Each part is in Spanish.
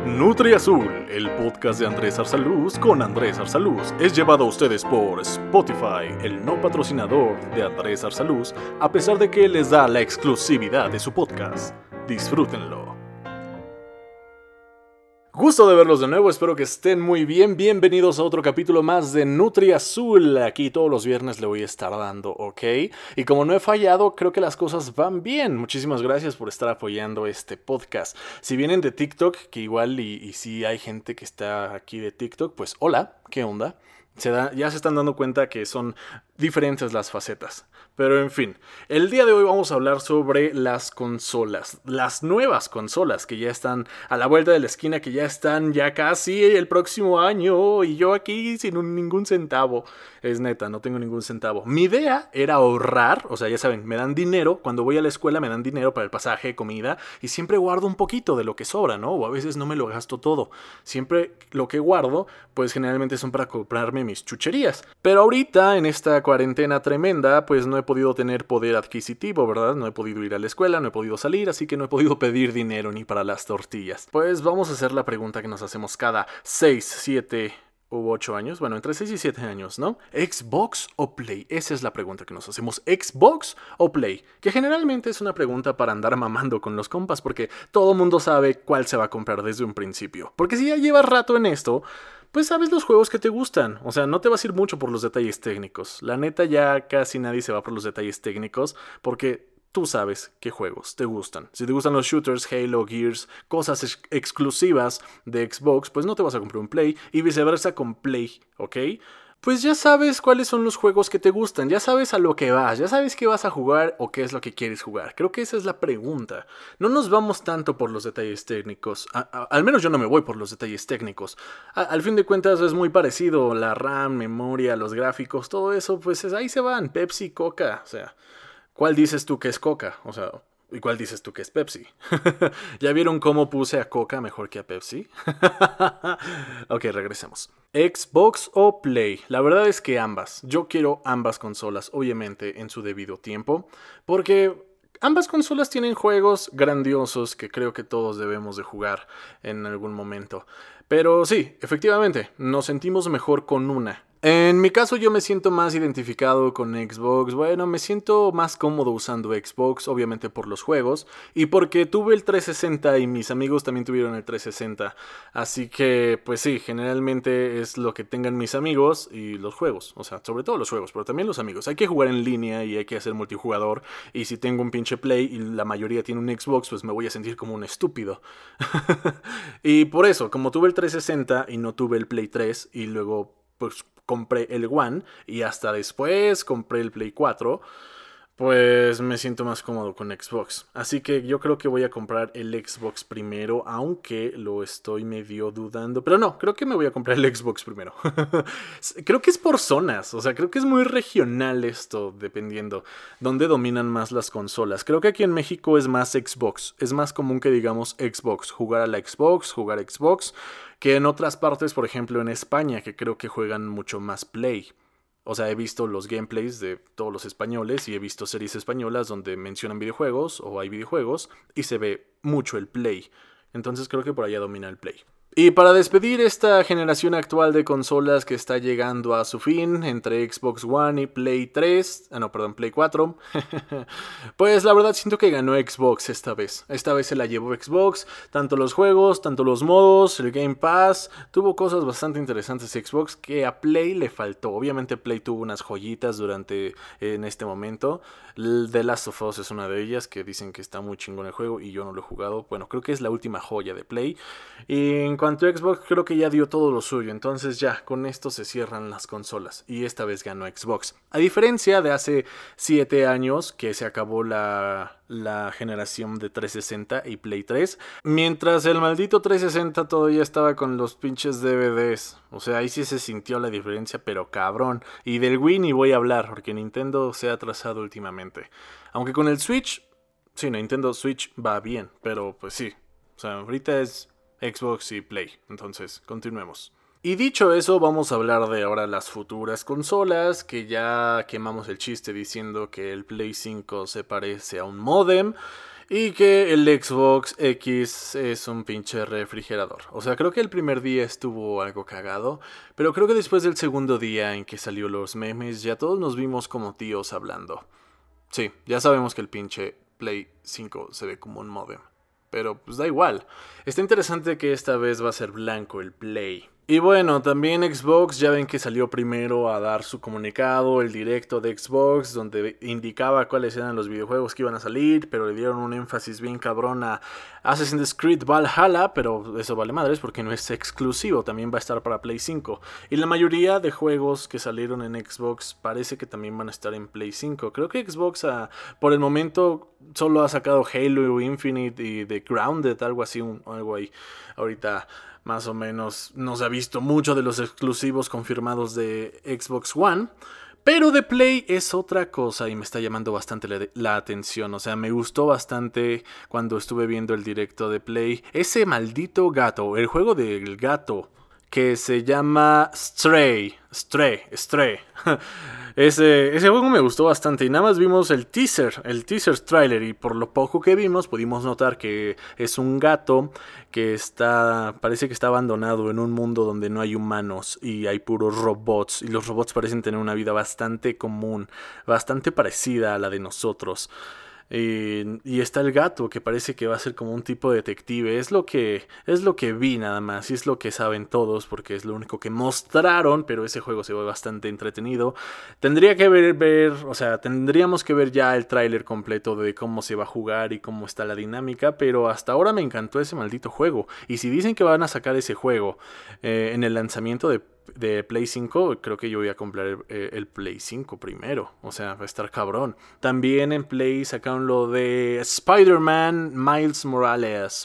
Nutri Azul, el podcast de Andrés Arsaluz con Andrés Arsaluz, es llevado a ustedes por Spotify, el no patrocinador de Andrés Arsaluz, a pesar de que les da la exclusividad de su podcast. Disfrútenlo. Gusto de verlos de nuevo, espero que estén muy bien. Bienvenidos a otro capítulo más de Nutri Azul. Aquí todos los viernes le voy a estar dando, ¿ok? Y como no he fallado, creo que las cosas van bien. Muchísimas gracias por estar apoyando este podcast. Si vienen de TikTok, que igual y si hay gente que está aquí de TikTok, pues hola, ¿qué onda? Ya se están dando cuenta que son diferentes las facetas. Pero en fin, el día de hoy vamos a hablar sobre las consolas. Las nuevas consolas que ya están a la vuelta de la esquina, que ya están ya casi el próximo año. Y yo aquí sin ningún centavo. Es neta, no tengo ningún centavo. Mi idea era ahorrar, o sea, ya saben, me dan dinero. Cuando voy a la escuela me dan dinero para el pasaje, comida. Y siempre guardo un poquito de lo que sobra, ¿no? O a veces no me lo gasto todo. Siempre lo que guardo, pues generalmente son para comprarme mis chucherías. Pero ahorita, en esta cuarentena tremenda, pues no he podido tener poder adquisitivo, ¿verdad? No he podido ir a la escuela, no he podido salir, así que no he podido pedir dinero ni para las tortillas. Pues vamos a hacer la pregunta que nos hacemos cada 6, 7 u 8 años, bueno, entre 6 y 7 años, ¿no? ¿Xbox o Play? Esa es la pregunta que nos hacemos. ¿Xbox o Play? Que generalmente es una pregunta para andar mamando con los compas, porque todo mundo sabe cuál se va a comprar desde un principio. Porque si ya llevas rato en esto, pues sabes los juegos que te gustan. O sea, no te vas a ir mucho por los detalles técnicos. La neta, ya casi nadie se va por los detalles técnicos porque tú sabes qué juegos te gustan. Si te gustan los shooters, Halo, Gears, cosas exclusivas de Xbox, pues no te vas a comprar un Play y viceversa con Play, ¿ok? Pues ya sabes cuáles son los juegos que te gustan, ya sabes a lo que vas, ya sabes qué vas a jugar o qué es lo que quieres jugar. Creo que esa es la pregunta. No nos vamos tanto por los detalles técnicos, al menos yo no me voy por los detalles técnicos. Al fin de cuentas es muy parecido, la RAM, memoria, los gráficos, todo eso, pues ahí se van, Pepsi, Coca, o sea, ¿cuál dices tú que es Coca? O sea, ¿y cuál dices tú que es Pepsi? ¿Ya vieron cómo puse a Coca mejor que a Pepsi? Ok, regresemos. ¿Xbox o Play? La verdad es que ambas. Yo quiero ambas consolas, obviamente, en su debido tiempo. Porque ambas consolas tienen juegos grandiosos que creo que todos debemos de jugar en algún momento. Pero sí, efectivamente, nos sentimos mejor con una. En mi caso yo me siento más identificado con Xbox, bueno, me siento más cómodo usando Xbox, obviamente por los juegos, y porque tuve el 360 y mis amigos también tuvieron el 360, así que pues sí, generalmente es lo que tengan mis amigos y los juegos, o sea, sobre todo los juegos, pero también los amigos, hay que jugar en línea y hay que hacer multijugador, y si tengo un pinche Play y la mayoría tiene un Xbox, pues me voy a sentir como un estúpido. Y por eso, como tuve el 360 y no tuve el Play 3 y luego pues compré el One y hasta después compré el Play 4, pues me siento más cómodo con Xbox. Así que yo creo que voy a comprar el Xbox primero, aunque lo estoy medio dudando. Pero no, creo que me voy a comprar el Xbox primero. Creo que es por zonas, o sea, creo que es muy regional esto, dependiendo dónde dominan más las consolas. Creo que aquí en México es más Xbox, es más común que digamos Xbox, jugar a la Xbox, jugar Xbox, que en otras partes, por ejemplo en España, que creo que juegan mucho más Play. O sea, he visto los gameplays de todos los españoles y he visto series españolas donde mencionan videojuegos o hay videojuegos y se ve mucho el Play. Entonces creo que por allá domina el Play. Y para despedir esta generación actual de consolas que está llegando a su fin entre Xbox One y Play 3, Play 4, pues la verdad siento que ganó Xbox esta vez. Esta vez se la llevó Xbox, tanto los juegos, tanto los modos, el Game Pass, tuvo cosas bastante interesantes Xbox que a Play le faltó. Obviamente Play tuvo unas joyitas en este momento. The Last of Us es una de ellas que dicen que está muy chingón el juego y yo no lo he jugado. Bueno, creo que es la última joya de Play. Y en cuanto a Xbox, creo que ya dio todo lo suyo. Entonces ya, con esto se cierran las consolas. Y esta vez ganó Xbox. A diferencia de hace 7 años que se acabó la generación de 360 y Play 3. Mientras el maldito 360 todavía estaba con los pinches DVDs. O sea, ahí sí se sintió la diferencia, pero cabrón. Y del Wii ni voy a hablar, porque Nintendo se ha atrasado últimamente. Aunque con el Switch, sí, Nintendo Switch va bien, pero pues sí. O sea, ahorita es Xbox y Play. Entonces, continuemos. Y dicho eso, vamos a hablar de ahora las futuras consolas, que ya quemamos el chiste diciendo que el Play 5 se parece a un módem. Y que el Xbox X es un pinche refrigerador. O sea, creo que el primer día estuvo algo cagado, pero creo que después del segundo día en que salió los memes, ya todos nos vimos como tíos hablando. Sí, ya sabemos que el pinche Play 5 se ve como un modem. Pero pues da igual. Está interesante que esta vez va a ser blanco el Play. Y bueno, también Xbox, ya ven que salió primero a dar su comunicado, el directo de Xbox, donde indicaba cuáles eran los videojuegos que iban a salir, pero le dieron un énfasis bien cabrón a Assassin's Creed Valhalla, pero eso vale madres porque no es exclusivo, también va a estar para Play 5. Y la mayoría de juegos que salieron en Xbox parece que también van a estar en Play 5. Creo que Xbox por el momento solo ha sacado Halo Infinite y The Grounded, algo así, algo ahí. Ahorita más o menos no se ha visto mucho de los exclusivos confirmados de Xbox One. Pero de Play es otra cosa y me está llamando bastante la atención. O sea, me gustó bastante cuando estuve viendo el directo de Play. Ese maldito gato, el juego del gato que se llama Stray. Ese juego me gustó bastante y nada más vimos el teaser trailer, y por lo poco que vimos pudimos notar que es un gato que parece que está abandonado en un mundo donde no hay humanos y hay puros robots, y los robots parecen tener una vida bastante común, bastante parecida a la de nosotros. Y está el gato que parece que va a ser como un tipo de detective. Es lo que vi nada más. Y es lo que saben todos porque es lo único que mostraron. Pero ese juego se ve bastante entretenido. Tendríamos que ver ya el tráiler completo de cómo se va a jugar y cómo está la dinámica. Pero hasta ahora me encantó ese maldito juego. Y si dicen que van a sacar ese juego en el lanzamiento de Play 5, creo que yo voy a comprar el Play 5 primero. O sea, va a estar cabrón. También en Play sacaron lo de Spider-Man Miles Morales.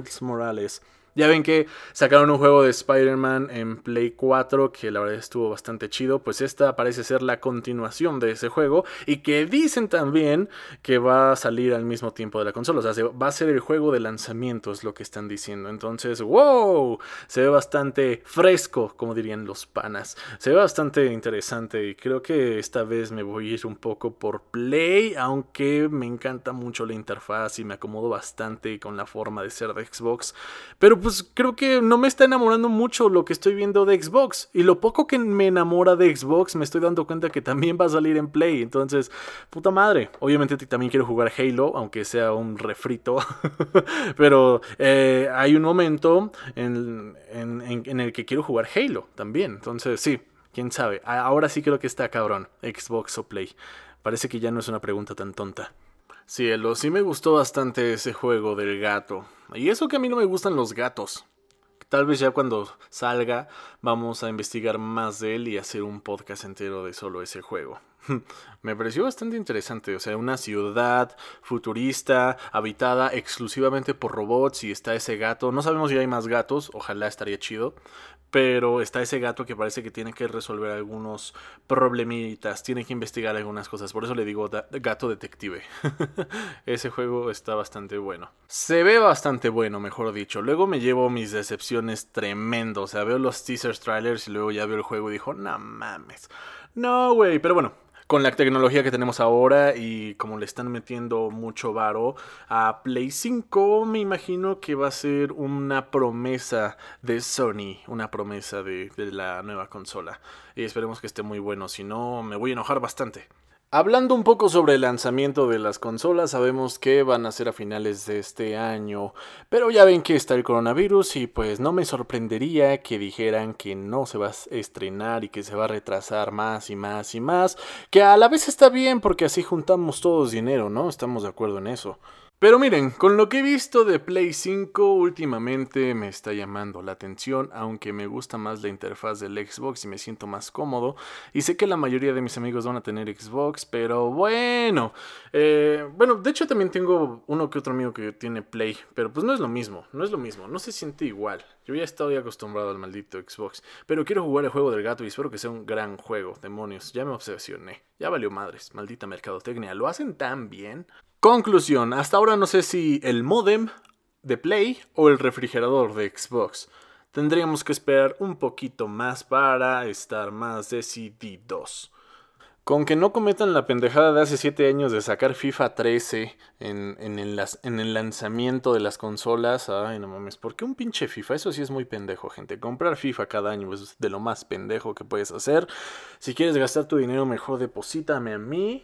Ya ven que sacaron un juego de Spider-Man en Play 4 que la verdad estuvo bastante chido. Pues esta parece ser la continuación de ese juego. Y que dicen también que va a salir al mismo tiempo de la consola. O sea, va a ser el juego de lanzamiento, es lo que están diciendo. Entonces, wow, se ve bastante fresco, como dirían los panas. Se ve bastante interesante y creo que esta vez me voy a ir un poco por Play. Aunque me encanta mucho la interfaz y me acomodo bastante con la forma de ser de Xbox. Pero pues creo que no me está enamorando mucho lo que estoy viendo de Xbox. Y lo poco que me enamora de Xbox me estoy dando cuenta que también va a salir en Play. Entonces, puta madre. Obviamente también quiero jugar Halo, aunque sea un refrito. Pero hay un momento en el que quiero jugar Halo también. Entonces, sí, quién sabe. Ahora sí creo que está cabrón, Xbox o Play. Parece que ya no es una pregunta tan tonta. Cielo, sí me gustó bastante ese juego del gato. Y eso que a mí no me gustan los gatos. Tal vez ya cuando salga vamos a investigar más de él y hacer un podcast entero de solo ese juego. Me pareció bastante interesante, o sea, una ciudad futurista, habitada exclusivamente por robots, y está ese gato. No sabemos si hay más gatos, ojalá, estaría chido. Pero está ese gato que parece que tiene que resolver algunos problemitas, tiene que investigar algunas cosas. Por eso le digo gato detective. Ese juego está bastante bueno. Se ve bastante bueno, mejor dicho. Luego me llevo mis decepciones tremendo. O sea, veo los teasers, trailers y luego ya veo el juego y digo, no mames. No, güey. Pero bueno, con la tecnología que tenemos ahora y como le están metiendo mucho varo a Play 5, me imagino que va a ser una promesa de Sony, una promesa de la nueva consola. Y esperemos que esté muy bueno, si no me voy a enojar bastante. Hablando un poco sobre el lanzamiento de las consolas, sabemos que van a ser a finales de este año, pero ya ven que está el coronavirus y pues no me sorprendería que dijeran que no se va a estrenar y que se va a retrasar más y más y más, que a la vez está bien porque así juntamos todos dinero, ¿no? Estamos de acuerdo en eso. Pero miren, con lo que he visto de Play 5 últimamente me está llamando la atención, aunque me gusta más la interfaz del Xbox y me siento más cómodo. Y sé que la mayoría de mis amigos van a tener Xbox, pero bueno. De hecho también tengo uno que otro amigo que tiene Play, pero pues no es lo mismo, no se siente igual. Yo ya estoy acostumbrado al maldito Xbox, pero quiero jugar el juego del gato y espero que sea un gran juego, demonios, ya me obsesioné. Ya valió madres, maldita mercadotecnia, ¿lo hacen tan bien? Conclusión, hasta ahora no sé si el módem de Play o el refrigerador de Xbox. Tendríamos que esperar un poquito más para estar más decididos. Con que no cometan la pendejada de hace 7 años de sacar FIFA 13 en el lanzamiento de las consolas. Ay, no mames, ¿por qué un pinche FIFA? Eso sí es muy pendejo, gente. Comprar FIFA cada año es de lo más pendejo que puedes hacer. Si quieres gastar tu dinero, mejor deposítame a mí.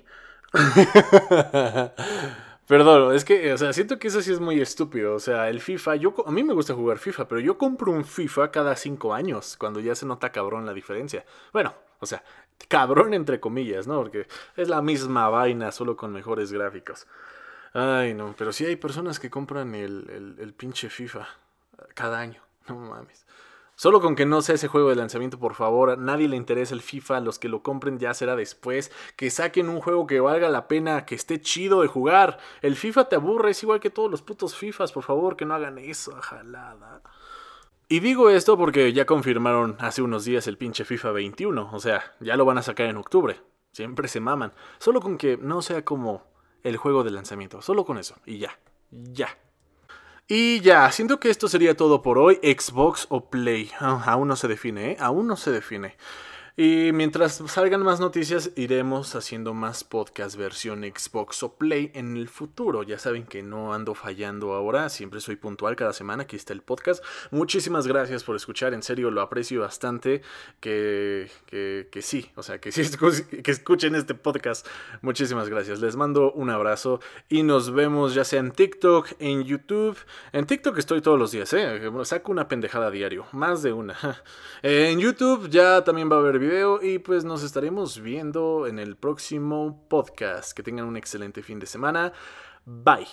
Perdón, es que, o sea, siento que eso sí es muy estúpido. O sea, el FIFA, a mí me gusta jugar FIFA, pero yo compro un FIFA cada 5 años, cuando ya se nota cabrón la diferencia. Bueno, o sea, cabrón entre comillas, ¿no? Porque es la misma vaina, solo con mejores gráficos. Ay, no, pero sí hay personas que compran el pinche FIFA cada año. No mames. Solo con que no sea ese juego de lanzamiento, por favor. A nadie le interesa el FIFA. Los que lo compren ya será después. Que saquen un juego que valga la pena, que esté chido de jugar. El FIFA te aburre, es igual que todos los putos FIFAs. Por favor, que no hagan eso, jalada. Y digo esto porque ya confirmaron hace unos días el pinche FIFA 21. O sea, ya lo van a sacar en octubre. Siempre se maman. Solo con que no sea como el juego de lanzamiento. Solo con eso. Y ya. Ya. Y ya, siento que esto sería todo por hoy. Xbox o Play. Aún no se define, ¿eh? Aún no se define. Y mientras salgan más noticias, iremos haciendo más podcast versión Xbox o Play en el futuro. Ya saben que no ando fallando ahora, siempre soy puntual cada semana. Aquí está el podcast. Muchísimas gracias por escuchar, en serio lo aprecio bastante. Que sí, o sea, que sí que escuchen este podcast. Muchísimas gracias. Les mando un abrazo y nos vemos ya sea en TikTok, en YouTube. En TikTok estoy todos los días, saco una pendejada a diario, más de una. En YouTube ya también va a haber video y pues nos estaremos viendo en el próximo podcast. Que tengan un excelente fin de semana. Bye.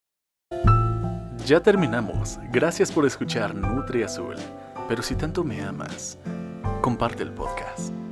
Ya terminamos. Gracias por escuchar Nutria Azul. Pero si tanto me amas, comparte el podcast.